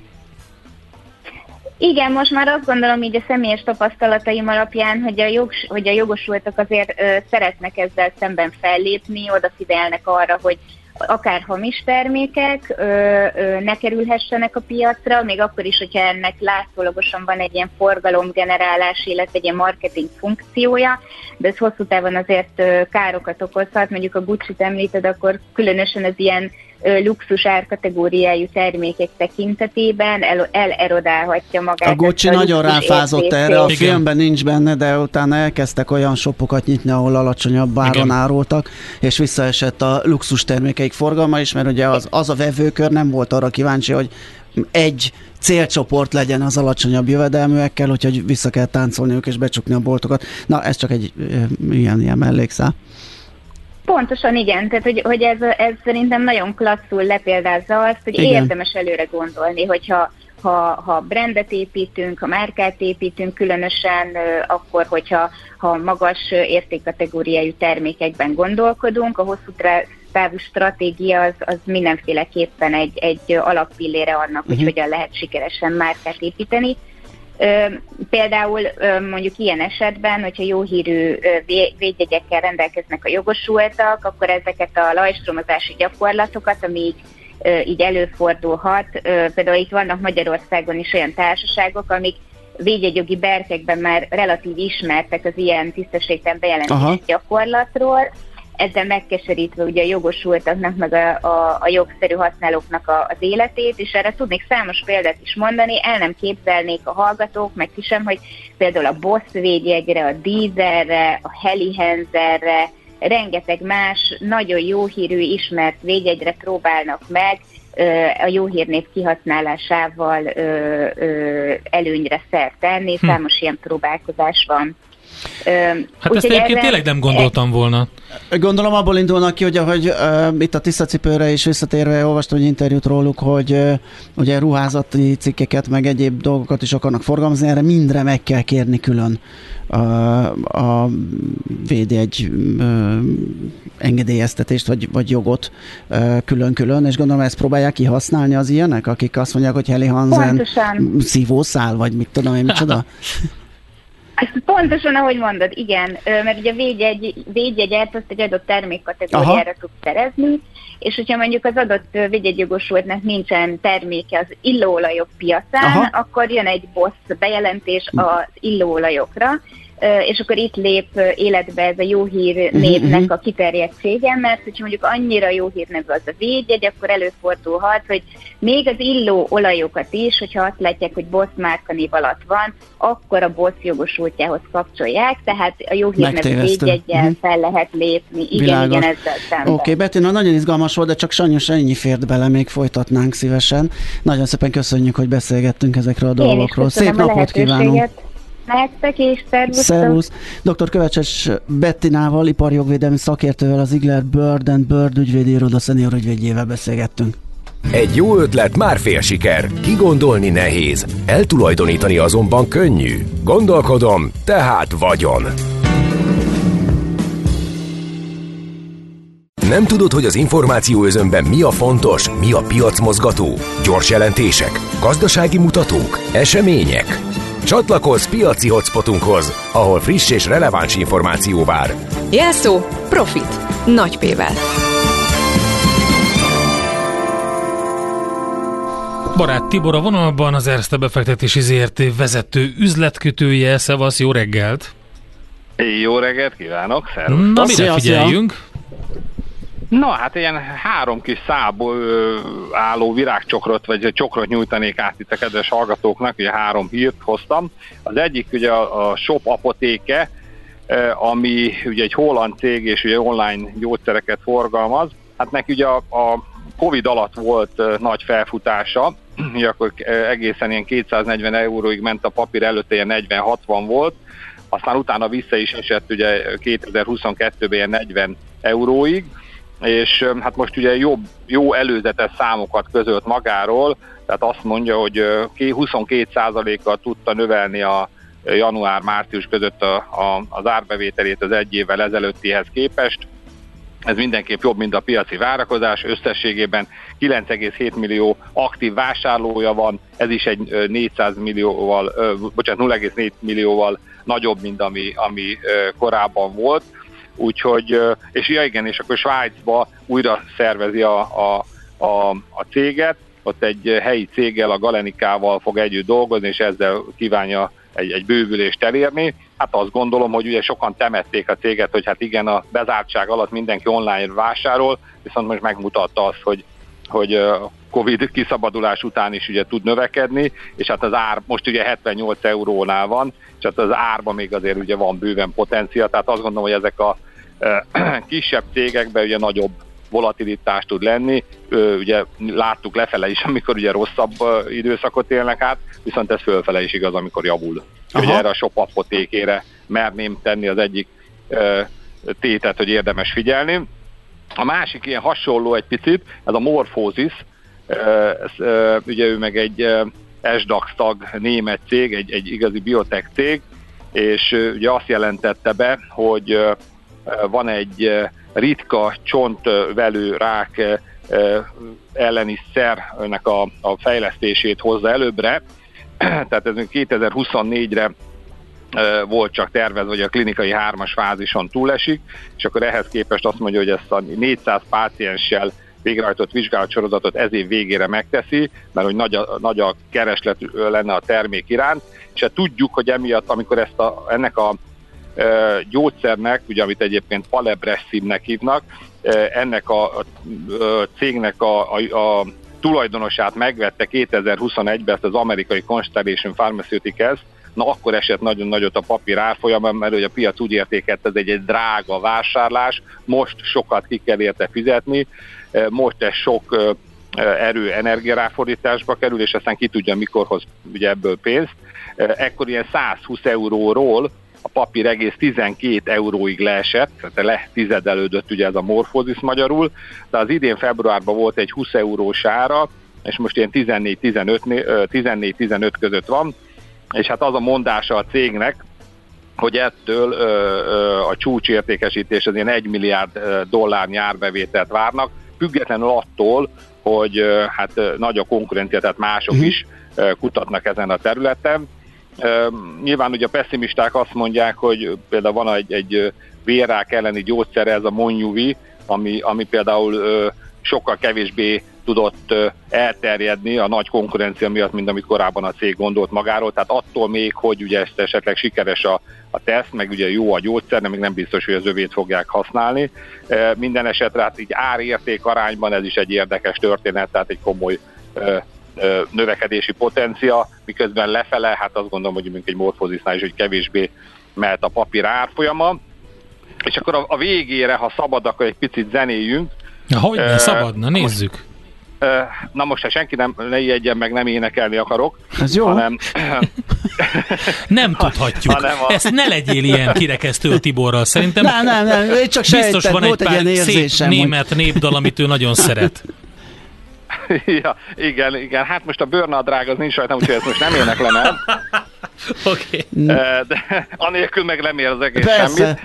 Igen, most már azt gondolom így a személyes tapasztalataim alapján, hogy a jogosultak azért szeretnek ezzel szemben fellépni, odafigyelnek arra, hogy akár hamis termékek ne kerülhessenek a piacra, még akkor is, hogyha ennek látszólagosan van egy ilyen forgalomgenerálás, illetve egy ilyen marketing funkciója, de ez hosszú távon azért károkat okozhat. Mondjuk a Gucci-t említed, akkor különösen az ilyen luxus árkategóriájú termékek tekintetében elerodálhatja magát. A Gucci nagyon ráfázott erre, a filmben nincs benne, de utána elkezdtek olyan shopokat nyitni, ahol alacsonyabb áron árultak, és visszaesett a luxus termékeik forgalma is, mert ugye az a vevőkör nem volt arra kíváncsi, hogy egy célcsoport legyen az alacsonyabb jövedelműekkel, úgyhogy vissza kell táncolniuk és becsukni a boltokat. Na, ez csak egy ilyen mellékszál. Pontosan igen, tehát hogy ez szerintem nagyon klasszul lepéldázza azt, hogy érdemes előre gondolni, hogyha ha brandet építünk, ha márkát építünk, különösen akkor, hogyha magas értékkategóriájú termékekben gondolkodunk, a hosszú távú stratégia az mindenféleképpen egy alappillére annak, hogy hogyan lehet sikeresen márkát építeni. Például mondjuk ilyen esetben, hogyha jó hírű védjegyekkel rendelkeznek a jogosultak, akkor ezeket a lajstromozási gyakorlatokat, ami így előfordulhat, például itt vannak Magyarországon is olyan társaságok, amik védjegyjogi berkekben már relatív ismertek az ilyen tisztességtelen bejelentési gyakorlatról, ezzel megkeserítve ugye a jogosultaknak, meg a jogszerű használóknak az életét, és erre tudnék számos példát is mondani, el nem képzelnék a hallgatók, meg ki sem, hogy például a Boss védjegyre, a Deezerre, a Helly Hanserre, rengeteg más nagyon jó hírű, ismert védjegyre próbálnak meg a jó hírnév kihasználásával előnyre szert tenni, számos ilyen próbálkozás van. Hát ezt egyébként tényleg nem gondoltam volna. Gondolom abból indulnak ki, hogy ahogy itt a tisztacipőre is visszatérve olvastam egy interjút róluk, hogy ugye ruházati cikkeket, meg egyéb dolgokat is akarnak forgalmazni, erre mindre meg kell kérni külön a védjegy engedélyeztetést, vagy jogot külön-külön, és gondolom ezt próbálják kihasználni az ilyenek, akik azt mondják, hogy Helly Hansen szívószál, vagy mit tudom én, micsoda? Pontosan, ahogy mondod, igen, mert ugye a védjegyet azt egy adott termékkategóriára tud szerezni, és hogyha mondjuk az adott védjegyjogosultnak nincsen terméke az illóolajok piacán, akkor jön egy Boss bejelentés az illóolajokra, és akkor itt lép életbe ez a jó hír névnek a kiterjedtsége, mert hogyha mondjuk annyira jó hírnevű az a védjegy, akkor előfordulhat, hogy még az illó olajokat is, hogyha azt látják, hogy Boss márkanév alatt van, akkor a Boss jogosultjához kapcsolják, tehát a jó hírnevű védjeggyel fel lehet lépni. Igen, ezzel szemben. Oké, Bettina, nagyon izgalmas volt, de csak sajnos ennyi fért bele, még folytatnánk szívesen. Nagyon szépen köszönjük, hogy beszélgettünk ezekről a dolgokról. Szép napot kívánunk! Nektek és szervusz! Dr. Követses Bettinával, iparjogvédelmi szakértővel, az Ziegler Bird & Bird ügyvédiroda szenior ügyvédjével beszélgettünk. Egy jó ötlet már fél siker, kigondolni nehéz, eltulajdonítani azonban könnyű. Gondolkodom, tehát vagyon. Nem tudod, hogy az információ özönben mi a fontos, mi a piacmozgató? Gyors jelentések, gazdasági mutatók, események? Csatlakozz piaci hotspotunkhoz, ahol friss és releváns információ vár. Jelszó Profit. Nagy P-vel. Barát Tibor a vonalban, az Erste befektetési ZRT vezető üzletkötője. Szevasz, jó reggelt! Jó reggelt kívánok, szervusz! Na, mire figyeljünk? Na, hát ilyen 3 kis szából álló virágcsokrot, vagy csokrot nyújtanék át itt a kedves hallgatóknak, ugye 3 hírt hoztam. Az egyik ugye a Shop Apotheke, ami ugye egy holland cég, és ugye online gyógyszereket forgalmaz. Hát neki ugye a Covid alatt volt nagy felfutása, ugye akkor egészen ilyen 240 euróig ment a papír, előtte ilyen 40-60 volt, aztán utána vissza is esett ugye 2022-ben ilyen 40 euróig, és hát most ugye jó előzetes számokat közölt magáról, tehát azt mondja, hogy 22%-kal tudta növelni a január-március között az árbevételét az egy évvel ezelőttihez képest. Ez mindenképp jobb, mint a piaci várakozás, összességében 9,7 millió aktív vásárlója van, ez is egy 0,4 millióval nagyobb, mint ami korábban volt. Úgyhogy, és ja igen, és akkor Svájcba újra szervezi a céget, ott egy helyi céggel, a Galenikával fog együtt dolgozni, és ezzel kívánja egy bővülést elérni. Hát azt gondolom, hogy ugye sokan temették a céget, hogy hát igen, a bezártság alatt mindenki online vásárol, viszont most megmutatta azt, hogy Covid kiszabadulás után is ugye tud növekedni, és hát az ár most ugye 78 eurónál van, és hát az árban még azért ugye van bőven potenciál, tehát azt gondolom, hogy ezek a kisebb cégekben ugye nagyobb volatilitás tud lenni, ugye láttuk lefele is, amikor ugye rosszabb időszakot élnek át, viszont ez fölfele is igaz, amikor javul. Ugye erre a Shop Apothekére merném tenni az egyik tétet, hogy érdemes figyelni. A másik ilyen hasonló egy picit, ez a Morphosis, ugye ő meg egy SDAX tag német cég, egy igazi biotech cég, és ugye azt jelentette be, hogy van egy ritka csontvelő rák elleni szernek a fejlesztését hozza előbbre, tehát ez 2024-re volt csak tervezve, hogy a klinikai 3-as fázison túlesik, és akkor ehhez képest azt mondja, hogy ezt a 400 pácienssel végrehajtott vizsgálatsorozatot ez év végére megteszi, mert hogy nagy a kereslet lenne a termék iránt, és hát tudjuk, hogy emiatt, amikor ennek a gyógyszernek, ugye amit egyébként Palebressimnek hívnak, ennek a cégnek a tulajdonosát megvette 2021-ben ezt az amerikai Constellation Pharmaceuticals, na akkor esett nagyon nagyot a papír árfolyama, mert hogy a piac úgy értékelt, ez egy drága vásárlás, most sokat ki kell érte fizetni, most ez sok erő energiaráfordításba kerül, és aztán ki tudja, mikor hoz ugye ebből pénzt. Ekkor ilyen 120 euróról a papír egész 12 euróig leesett, tehát letizedelődött ugye ez a morfózis magyarul, de az idén februárban volt egy 20 eurós ára, és most ilyen 14-15 között van, és hát az a mondása a cégnek, hogy ettől a csúcsértékesítés az ilyen $1 milliárd árbevételt várnak, függetlenül attól, hogy hát nagy a konkurencia, tehát mások is kutatnak ezen a területen. Nyilván ugye a pessimisták azt mondják, hogy például van egy vérrák elleni gyógyszer, ez a Monjuvi, ami például sokkal kevésbé tudott elterjedni a nagy konkurencia miatt, mint amit korábban a cég gondolt magáról. Tehát attól még, hogy ugye ezt esetleg sikeres a teszt, meg ugye jó a gyógyszer, de még nem biztos, hogy az övét fogják használni. Minden esetre hát így ár-érték arányban ez is egy érdekes történet, tehát egy komoly növekedési potencia, miközben lefele, hát azt gondolom, hogy mondjuk egy morfózisnál is, hogy kevésbé mehet a papír árfolyama. És akkor a végére, ha szabad, akkor egy picit zenéljünk. Hogy ne szabadna, nézzük. Na most, ha senki ne ijedjen meg, nem énekelni akarok. Ez jó. Hanem, nem tudhatjuk. Ezt ne legyél ilyen kirekesztő a Tiborral. Szerintem nem. Csak biztos van egy pár szép német népdal, amit ő nagyon szeret. Ja, igen. Hát most a bőrnadrág az nincs rajtam, úgyhogy ezt most nem éneklem el. Oké. De anélkül meg nem ér az egész semmit.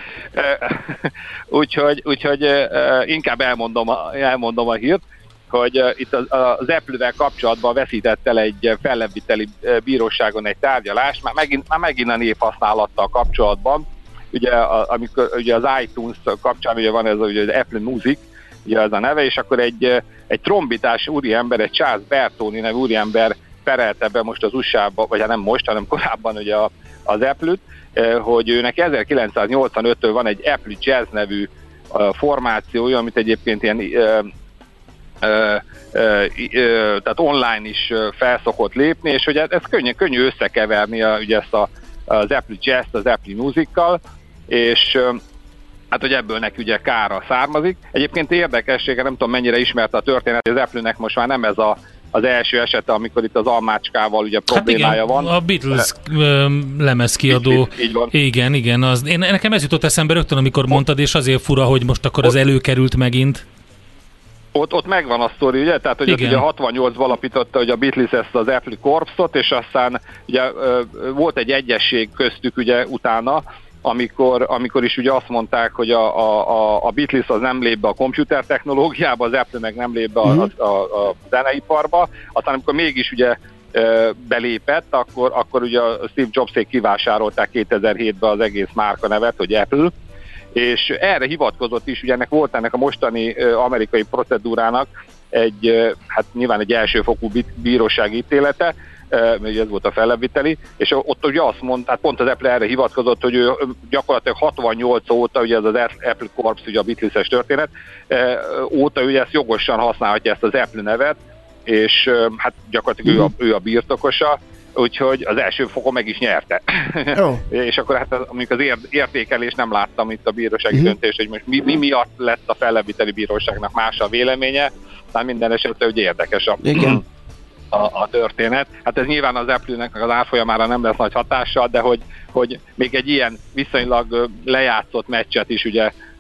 Úgyhogy inkább elmondom a hírt, hogy itt az Apple-vel kapcsolatban veszített el egy fellebbviteli bíróságon egy tárgyalást, már megint a névhasználattal kapcsolatban. Amikor ugye az iTunes kapcsán ugye van ez ugye az Apple Music, ugye az a neve, és akkor egy trombitás úriember, egy Charles Bertoni nevű úriember perelte be most az USA-ba, vagy nem most, hanem korábban ugye az Apple-t, hogy őnek 1985-től van egy Apple Jazz nevű formációja, amit egyébként ilyen tehát online is felszokott lépni, és hogy ez könnyű összekeverni ugye ezt az Apple Jazz az Apple Music-kal, és hát, hogy ebből neki ugye kára származik. Egyébként érdekessége, nem tudom mennyire ismert a történet, hogy az Apple-nek most már nem ez az első esete, amikor itt az almácskával ugye problémája van. A Beatles lemezkiadó. Igen. Nekem ez jutott eszembe rögtön, amikor mondtad, és azért fura, hogy most akkor az előkerült megint. Ott megvan a sztori, ugye? Tehát, hogy ugye 68-ban alapította hogy a Beatles ezt az Apple Corps-ot, és aztán ugye volt egy egyesség köztük ugye utána, amikor is ugye azt mondták, hogy a Beatles az nem lép be a komputer technológiába, az Apple meg nem lép be a zeneiparba, aztán amikor mégis ugye belépett, akkor ugye a Steve Jobsék kivásárolták 2007-ben az egész márka nevet, hogy Apple, és erre hivatkozott is, ugye volt ennek a mostani amerikai procedúrának hát nyilván egy elsőfokú bírósági ítélete, ez volt a fellebbviteli, és ott ugye azt mondta, hát pont az Apple erre hivatkozott, hogy ő gyakorlatilag 68 óta, ugye ez az Apple Corps, ugye a Beatles-es történet, óta ugye ezt jogosan használhatja ezt az Apple nevet, és hát gyakorlatilag ő a birtokosa, úgyhogy az első fokon meg is nyerte. Oh. És akkor hát mondjuk az értékelés nem láttam itt a bírósági döntés, hogy most mi miatt lett a fellebbviteli bíróságnak más a véleménye, tehát minden esetre ugye érdekes a történet. Hát ez nyilván az Apple-nek az árfolyamára nem lesz nagy hatással, de hogy még egy ilyen viszonylag lejátszott meccset is ugye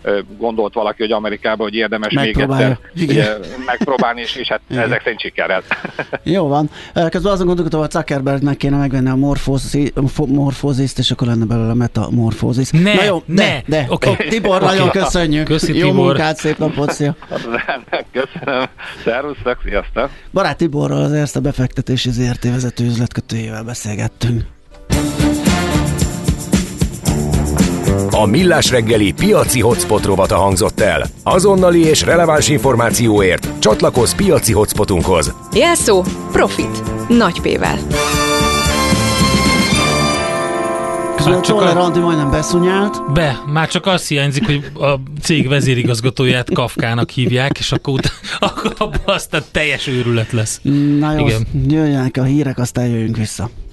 gondolt valaki, hogy Amerikában, hogy érdemes még egyszer megpróbálni, és hát ezek szerint sikerrel. Jó van. Közben azon gondolkodom, hogy Zuckerbergnek kéne megvenni a morfózist, és akkor lenne belőle metamorfózis. Na jó, de. Okay. Tibor, nagyon köszönjük. Köszi, jó Tibor. munkát, szép napot, szia. Köszönöm. Szervusztok, sziasztok. Barát Tiborral, az Erste befektetési ZRT vezető üzletkötőjével beszélgettünk. A Millás reggeli piaci hotspot rovata hangzott el. Azonnali és releváns információért csatlakozz piaci hotspotunkhoz. Jelszó Profit. Nagy P-vel. Közben a Czoller Andi majdnem beszunyált. Már csak azt hiányzik, hogy a cég vezérigazgatóját Kafkának hívják, és akkor abban aztán teljes őrület lesz. Na jó, jöjjenek a hírek, aztán jöjjünk vissza.